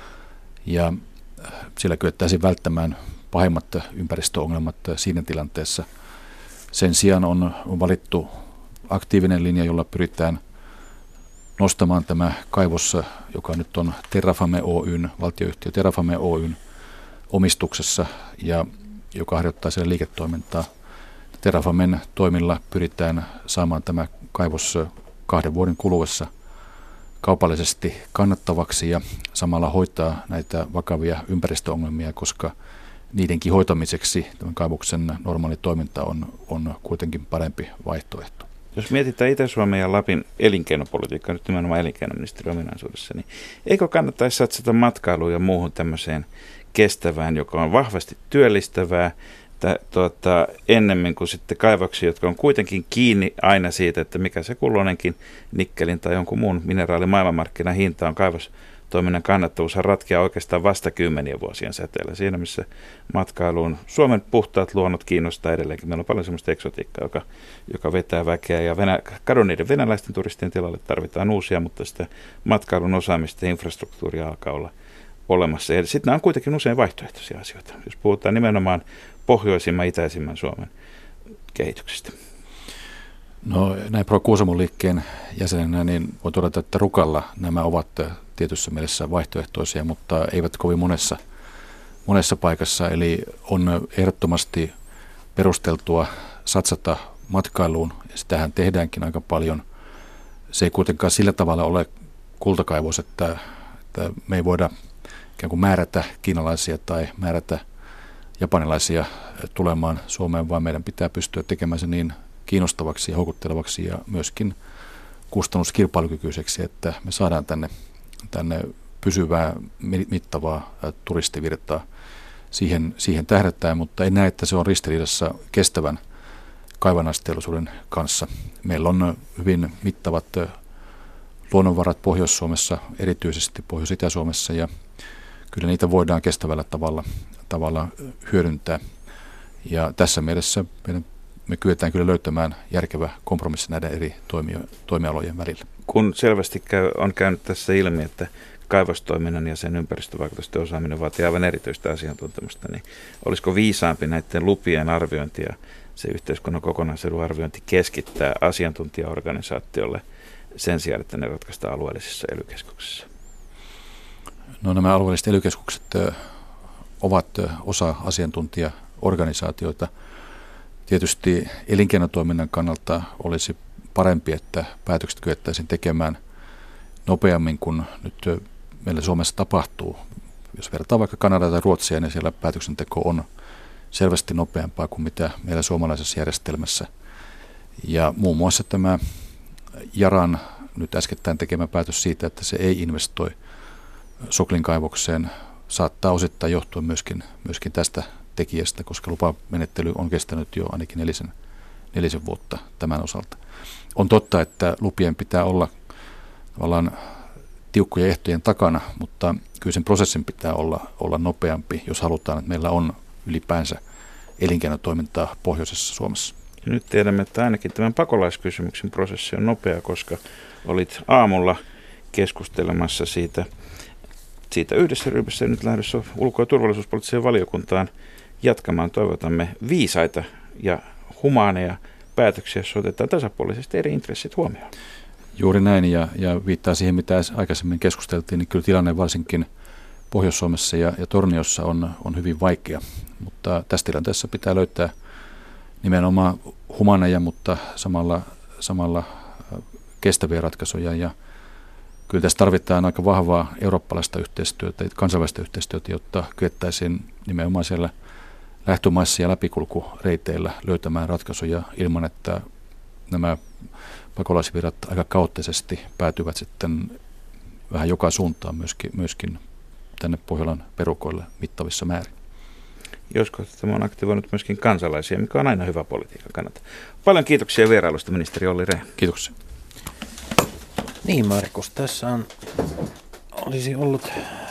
ja sillä kyettäisiin välttämään pahimmat ympäristöongelmat siinä tilanteessa. Sen sijaan on valittu aktiivinen linja, jolla pyritään nostamaan tämä kaivos, joka nyt on Terrafame Oyn, valtioyhtiö Terrafame Oyn omistuksessa ja joka harjoittaa siellä liiketoimintaa. Terrafamen toimilla pyritään saamaan tämä kaivos 2 vuoden kuluessa kaupallisesti kannattavaksi ja samalla hoitaa näitä vakavia ympäristöongelmia, koska niidenkin hoitamiseksi tämän kaivoksen normaali toiminta on kuitenkin parempi vaihtoehto. Jos mietitään Itä-Suomen ja Lapin elinkeinopolitiikkaa, nyt nimenomaan elinkeinoministeriön ominaisuudessa, niin eikö kannattaisi satsata matkailuun ja muuhun tämmöiseen kestävään, joka on vahvasti työllistävää, ennemmin kuin sitten kaivoksia, jotka on kuitenkin kiinni aina siitä, että mikä se kulloinenkin nikkelin tai jonkun muun mineraalin maailmanmarkkinahinta on kaivostoiminnan kannattavuushan ratkeaa oikeastaan vasta 10 vuosien säteellä. Siinä missä matkailuun Suomen puhtaat luonnot kiinnostaa edelleenkin. Meillä on paljon sellaista eksotiikkaa, joka vetää väkeä ja kadonneiden venäläisten turistien tilalle tarvitaan uusia, mutta sitä matkailun osaamista ja infrastruktuuria alkaa olla olemassa. Ja sitten nämä on kuitenkin usein vaihtoehtoisia asioita, jos puhutaan nimenomaan pohjoisimman, itäisimmän Suomen kehityksestä. No näin Pro Kuusamon liikkeen jäsenenä niin voi todeta, että Rukalla nämä ovat tietyssä mielessä vaihtoehtoisia, mutta eivät kovin monessa paikassa. Eli on ehdottomasti perusteltua satsata matkailuun, ja sitähän tehdäänkin aika paljon. Se ei kuitenkaan sillä tavalla ole kultakaivos, että me ei voida ikään kuin määrätä kiinalaisia tai määrätä japanilaisia tulemaan Suomeen, vaan meidän pitää pystyä tekemään se niin kiinnostavaksi ja houkuttelevaksi ja myöskin kustannuskilpailukykyiseksi, että me saadaan tänne pysyvää, mittavaa turistivirtaa. Siihen tähdätään, mutta en näe, että se on ristiriidassa kestävän kaivannaisteollisuuden kanssa. Meillä on hyvin mittavat luonnonvarat Pohjois-Suomessa, erityisesti Pohjois-Itä-Suomessa, ja kyllä niitä voidaan kestävällä tavalla hyödyntää. Ja tässä mielessä me kyetään kyllä löytämään järkevä kompromissi näiden eri toimialojen välillä. Kun selvästi on käynyt tässä ilmi, että kaivostoiminnan ja sen ympäristövaikutusten osaaminen vaatii aivan erityistä asiantuntemusta, niin olisiko viisaampi näiden lupien arviointi ja se yhteiskunnan kokonaisedun arviointi keskittää asiantuntijaorganisaatiolle sen sijaan, että ne ratkaistaan alueellisissa ely-keskuksissa? No nämä alueelliset ely-keskukset ovat osa asiantuntijaorganisaatioita. Tietysti elinkeinotoiminnan kannalta olisi parempi, että päätökset kyettäisiin tekemään nopeammin kuin nyt meillä Suomessa tapahtuu. Jos vertaa vaikka Kanadaa tai Ruotsia, niin siellä päätöksenteko on selvästi nopeampaa kuin mitä meillä suomalaisessa järjestelmässä. Ja muun muassa tämä Yaran nyt äskettäin tekemä päätös siitä, että se ei investoi Soklin kaivokseen, saattaa osittain johtua myöskin tästä tekijästä, koska lupamenettely on kestänyt jo ainakin nelisen vuotta tämän osalta. On totta, että lupien pitää olla tavallaan tiukkojen ehtojen takana, mutta kyllä sen prosessin pitää olla nopeampi, jos halutaan, että meillä on ylipäänsä elinkeinotoimintaa pohjoisessa Suomessa. Ja nyt tiedämme, että ainakin tämän pakolaiskysymyksen prosessi on nopea, koska olit aamulla keskustelemassa siitä yhdessä ryhmässä ja nyt lähdössä ulko- ja turvallisuuspoliittiseen valiokuntaan jatkamaan. Toivotamme viisaita ja humaaneja päätöksiä, jos otetaan tasapuolisesti eri intressit huomioon. Juuri näin, ja viittaa siihen, mitä aikaisemmin keskusteltiin, niin kyllä tilanne varsinkin Pohjois-Suomessa ja Torniossa on hyvin vaikea, mutta tässä tilanteessa pitää löytää nimenomaan humaaneja, mutta samalla kestäviä ratkaisuja, ja kyllä tässä tarvitaan aika vahvaa eurooppalaista yhteistyötä, kansainvälistä yhteistyötä, jotta kyettäisiin nimenomaan siellä lähtömaissa ja läpikulkureiteillä löytämään ratkaisuja ilman, että nämä pakolaisvirrat aika kaoottisesti päätyvät sitten vähän joka suuntaan myöskin tänne Pohjolan perukoille mittavissa määrin. Joskus tämä on aktivoinut myöskin kansalaisia, mikä on aina hyvä politiikan kannalta. Paljon kiitoksia vierailusta, ministeri Olli Rehn. Kiitoksia. Niin, Markus, tässä olisi ollut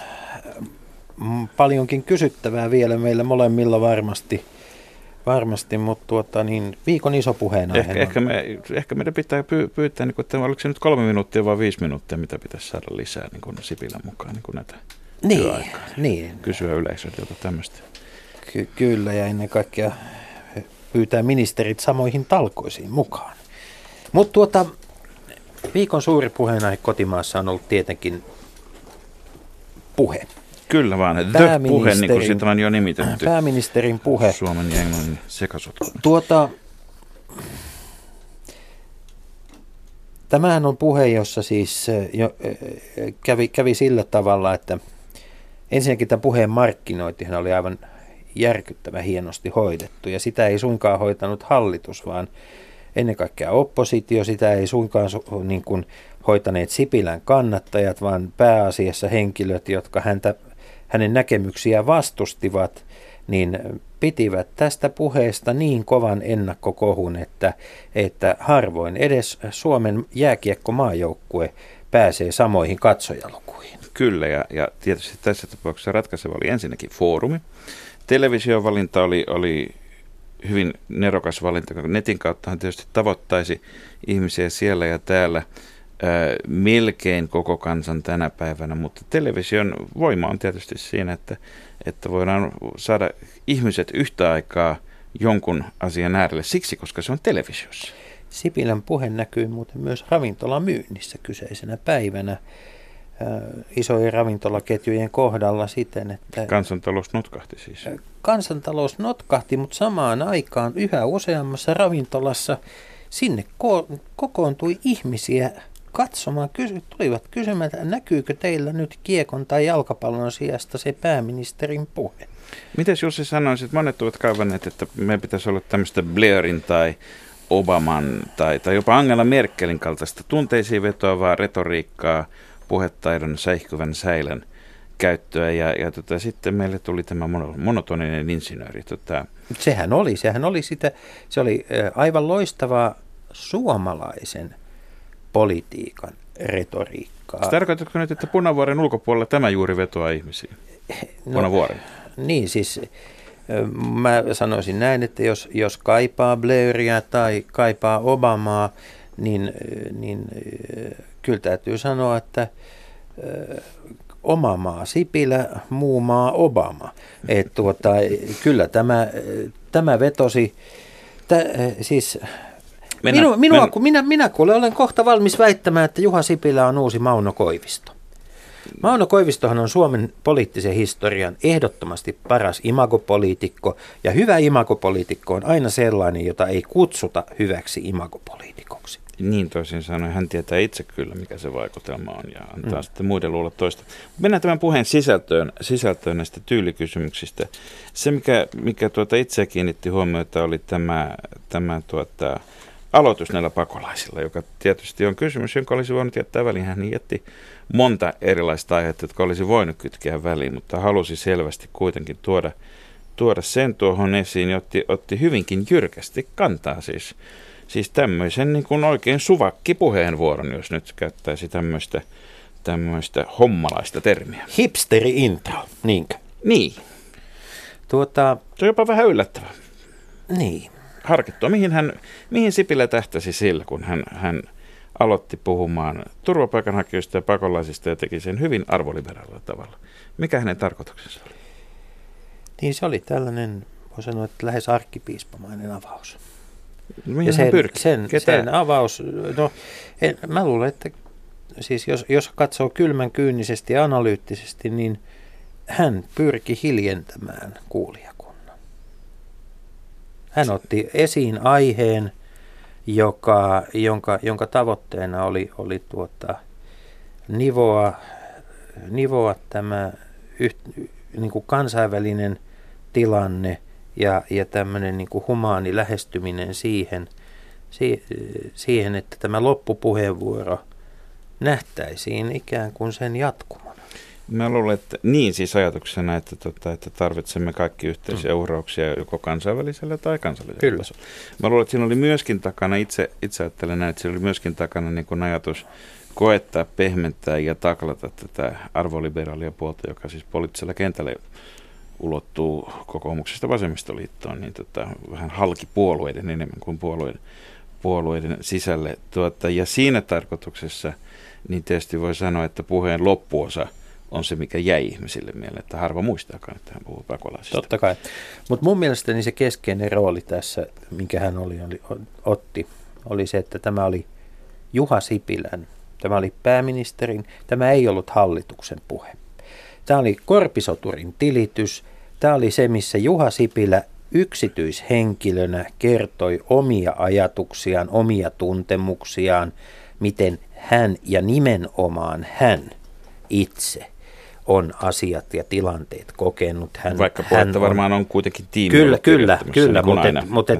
paljonkin kysyttävää vielä meillä molemmilla varmasti, mutta viikon iso puheenaihe. Ehkä meidän pitää pyytää, että oliko se nyt 3 minuuttia vai 5 minuuttia, mitä pitäisi saada lisää niin Sipilän mukaan niin näitä työaikaa. Niin. Kysyä yleisöltä jotain tämmöistä. Kyllä, ja ennen kaikkea pyytää ministerit samoihin talkoisiin mukaan. Mutta viikon suuri puheenaihe kotimaassa on ollut tietenkin puhe. Kyllä vaan, The-puhe, niin kuin sitä on jo nimitetty. Pääministerin puhe. Suomen ja englannin sekasotku. Tämähän on puhe, jossa siis kävi sillä tavalla, että ensinnäkin tämän puheen markkinointihan oli aivan järkyttävän hienosti hoidettu, ja sitä ei suinkaan hoitanut hallitus, vaan ennen kaikkea oppositio, sitä ei suinkaan niin kuin hoitaneet Sipilän kannattajat, vaan pääasiassa henkilöt, jotka hänen näkemyksiä vastustivat, niin pitivät tästä puheesta niin kovan ennakkokohun, että harvoin edes Suomen jääkiekkomaajoukkue pääsee samoihin katsojalukuihin. Kyllä, ja tietysti tässä tapauksessa ratkaiseva oli ensinnäkin foorumi. Televisiovalinta oli hyvin nerokas valinta, koska netin kauttahan tietysti tavoittaisi ihmisiä siellä ja täällä melkein koko kansan tänä päivänä, mutta television voima on tietysti siinä, että voidaan saada ihmiset yhtä aikaa jonkun asian äärelle siksi, koska se on televisiossa. Sipilän puhe näkyy muuten myös ravintolamyynnissä kyseisenä päivänä isojen ravintolaketjujen kohdalla siten, että kansantalous notkahti siis. Kansantalous notkahti, mutta samaan aikaan yhä useammassa ravintolassa sinne kokoontui ihmisiä katsomaan, tulivat kysymään, että näkyykö teillä nyt kiekon tai jalkapallon sijasta se pääministerin puhe? Mites Jussi sanoisit, monet ovat kaivanneet, että meidän pitäisi olla tämmöistä Blairin tai Obaman tai jopa Angela Merkelin kaltaista tunteisiin vetoavaa retoriikkaa, puhetaidon säihkyvän säilän käyttöä ja sitten meille tuli tämä monotoninen insinööri. Sehän oli sitä, se oli aivan loistavaa suomalaisen politiikan retoriikkaa. Tarkoitatko nyt, että Punavuoren ulkopuolella tämä juuri vetoaa ihmisiin? Punavuoren. Niin, siis mä sanoisin näin, että jos kaipaa Blairia tai kaipaa Obamaa, niin kyllä täytyy sanoa, että oma maa Sipilä, muu maa Obama. Kyllä tämä vetosi, siis minä kuule olen kohta valmis väittämään, että Juha Sipilä on uusi Mauno Koivisto. Mauno Koivistohan on Suomen poliittisen historian ehdottomasti paras imagopoliitikko, ja hyvä imagopoliitikko on aina sellainen, jota ei kutsuta hyväksi imagopoliitikoksi. Niin toisin sanoen, hän tietää itse kyllä, mikä se vaikutelma on ja antaa sitten muiden luulla toista. Mennään tämän puheen sisältöön näistä tyylikysymyksistä. Se, mikä itse kiinnitti huomiota, oli tämä aloitus näillä pakolaisilla, joka tietysti on kysymys, jonka olisi voinut jättää väliin. Hän jätti monta erilaista aihetta, jotka olisi voinut kytkeä väliin, mutta halusi selvästi kuitenkin tuoda sen tuohon esiin ja otti hyvinkin jyrkästi kantaa siis tämmöisen niin kuin oikein suvakkipuheenvuoron, jos nyt käyttäisi tämmöistä hommalaista termiä. Hipsteri-intro, niinkö? Niin. Se on jopa vähän yllättävää. Niin. Harkittua, mihin Sipilä tähtäsi sillä, kun hän aloitti puhumaan turvapaikanhakijoista ja pakolaisista ja teki sen hyvin arvoliberaalilla tavalla. Mikä hänen tarkoituksensa oli? Niin se oli tällainen, voi sanoa, että lähes arkkipiispamainen avaus. Mihin ja hän pyrki? Sen avaus, mä luulen, että siis jos katsoo kylmän kyynisesti ja analyyttisesti, niin hän pyrki hiljentämään kuulijakunnan. Hän otti esiin aiheen, jonka tavoitteena oli nivoa tämä niin kuin kansainvälinen tilanne ja tämmöinen niin kuin humaani lähestyminen siihen, että tämä loppupuheenvuoro nähtäisiin ikään kuin sen jatkumana. Mä luulen, että niin siis ajatuksena, että tarvitsemme kaikki yhteisiä uhrauksia joko kansainvälisellä tai kansallisella tasolla. Mä luulen, että siinä oli myöskin takana, itse ajattelen näin, että siinä oli myöskin takana niin kuin ajatus koettaa, pehmentää ja taklata tätä arvoliberaalia puolta, joka siis poliittisella kentällä ulottuu kokoomuksesta vasemmistoliittoon, niin vähän halki puolueiden enemmän kuin puolueiden sisälle. Ja siinä tarkoituksessa niin tietysti voi sanoa, että puheen loppuosa on se, mikä jäi ihmisille mieleen, että harva muistaakaan, että hän puhuu pakolaisista. Totta kai. Mutta mun mielestäni se keskeinen rooli tässä, minkä hän otti, oli se, että tämä oli Juha Sipilän, tämä oli pääministerin, tämä ei ollut hallituksen puhe. Tämä oli korpisoturin tilitys. Tämä oli se, missä Juha Sipilä yksityishenkilönä kertoi omia ajatuksiaan, omia tuntemuksiaan, miten hän ja nimenomaan hän itse on asiat ja tilanteet kokenut. Vaikka puhetta varmaan on kuitenkin tiimi. Kyllä, mutta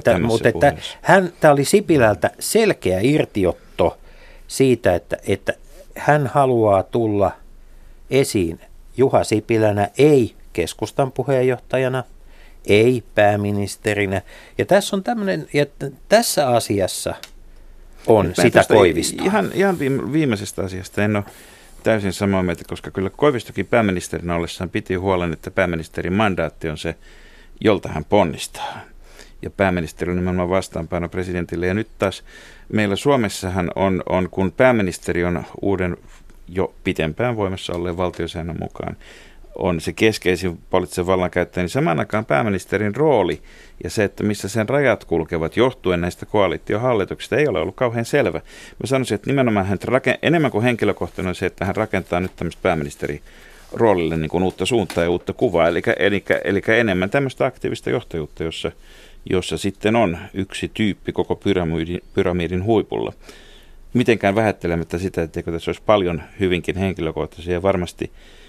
tämä oli Sipilältä selkeä irtiotto siitä, että hän haluaa tulla esiin Juha Sipilänä, ei keskustan puheenjohtajana, ei pääministerinä. Ja tässä on tämmöinen, että tässä asiassa on sitä Koivistoa. Ihan viimeisestä asiasta en ole täysin samaa mieltä, koska kyllä Koivistokin pääministerinä ollessaan piti huolen, että pääministerin mandaatti on se, jolta hän ponnistaa. Ja pääministeri on nimenomaan vastaanpano presidentille. Ja nyt taas meillä Suomessahan on kun pääministeri on uuden jo pitempään voimassa olleen valtiosäännön mukaan, on se keskeisin poliittisen vallankäyttäjä, niin samaan aikaan pääministerin rooli ja se, että missä sen rajat kulkevat johtuen näistä koalitiohallituksista, ei ole ollut kauhean selvä. Mä sanoisin, että nimenomaan hän enemmän kuin henkilökohtainen on se, että hän rakentaa nyt tämmöistä pääministerin roolille niin kuin uutta suuntaa ja uutta kuvaa, eli enemmän tämmöistä aktiivista johtajuutta, jossa sitten on yksi tyyppi koko pyramidin huipulla. Mitenkään vähättelemättä sitä, etteikö tässä olisi paljon hyvinkin henkilökohtaisia ja varmasti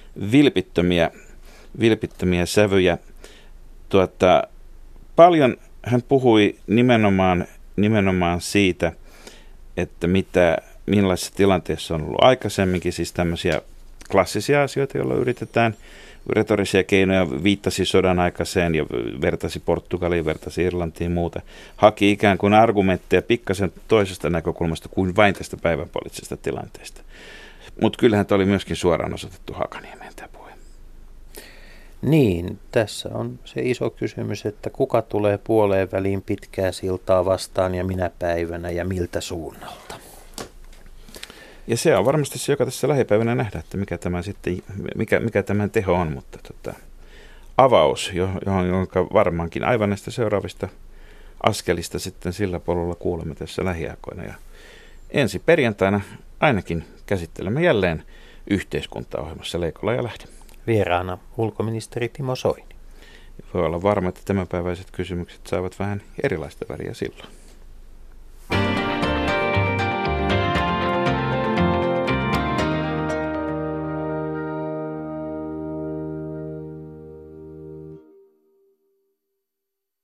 vilpittömiä sävyjä. Paljon hän puhui nimenomaan siitä, että millaisessa tilanteessa on ollut aikaisemminkin, siis tämmöisiä klassisia asioita, joilla yritetään retorisia keinoja, viittasi sodan aikaiseen ja vertasi Portugaliin, vertasi Irlantiin ja muuta. Haki ikään kuin argumentteja pikkasen toisesta näkökulmasta kuin vain tästä päivänpoliittisesta tilanteesta. Mutta kyllähän tämä oli myöskin suoraan osoitettu Hakaniemeen tämä puhe. Niin, tässä on se iso kysymys, että kuka tulee puoleen väliin pitkää siltaa vastaan ja minä päivänä ja miltä suunnalta. Ja se on varmasti se, joka tässä lähipäivänä nähdään, että mikä tämän teho on, mutta avaus, jonka varmaankin aivan näistä seuraavista askelista sitten sillä polulla kuulemme tässä lähiaikoina. Ja ensi perjantaina ainakin käsittelemme jälleen yhteiskuntaohjelmassa Leikola ja Lähde. Vieraana ulkoministeri Timo Soini. Voi olla varma, että tämänpäiväiset kysymykset saavat vähän erilaista väriä silloin.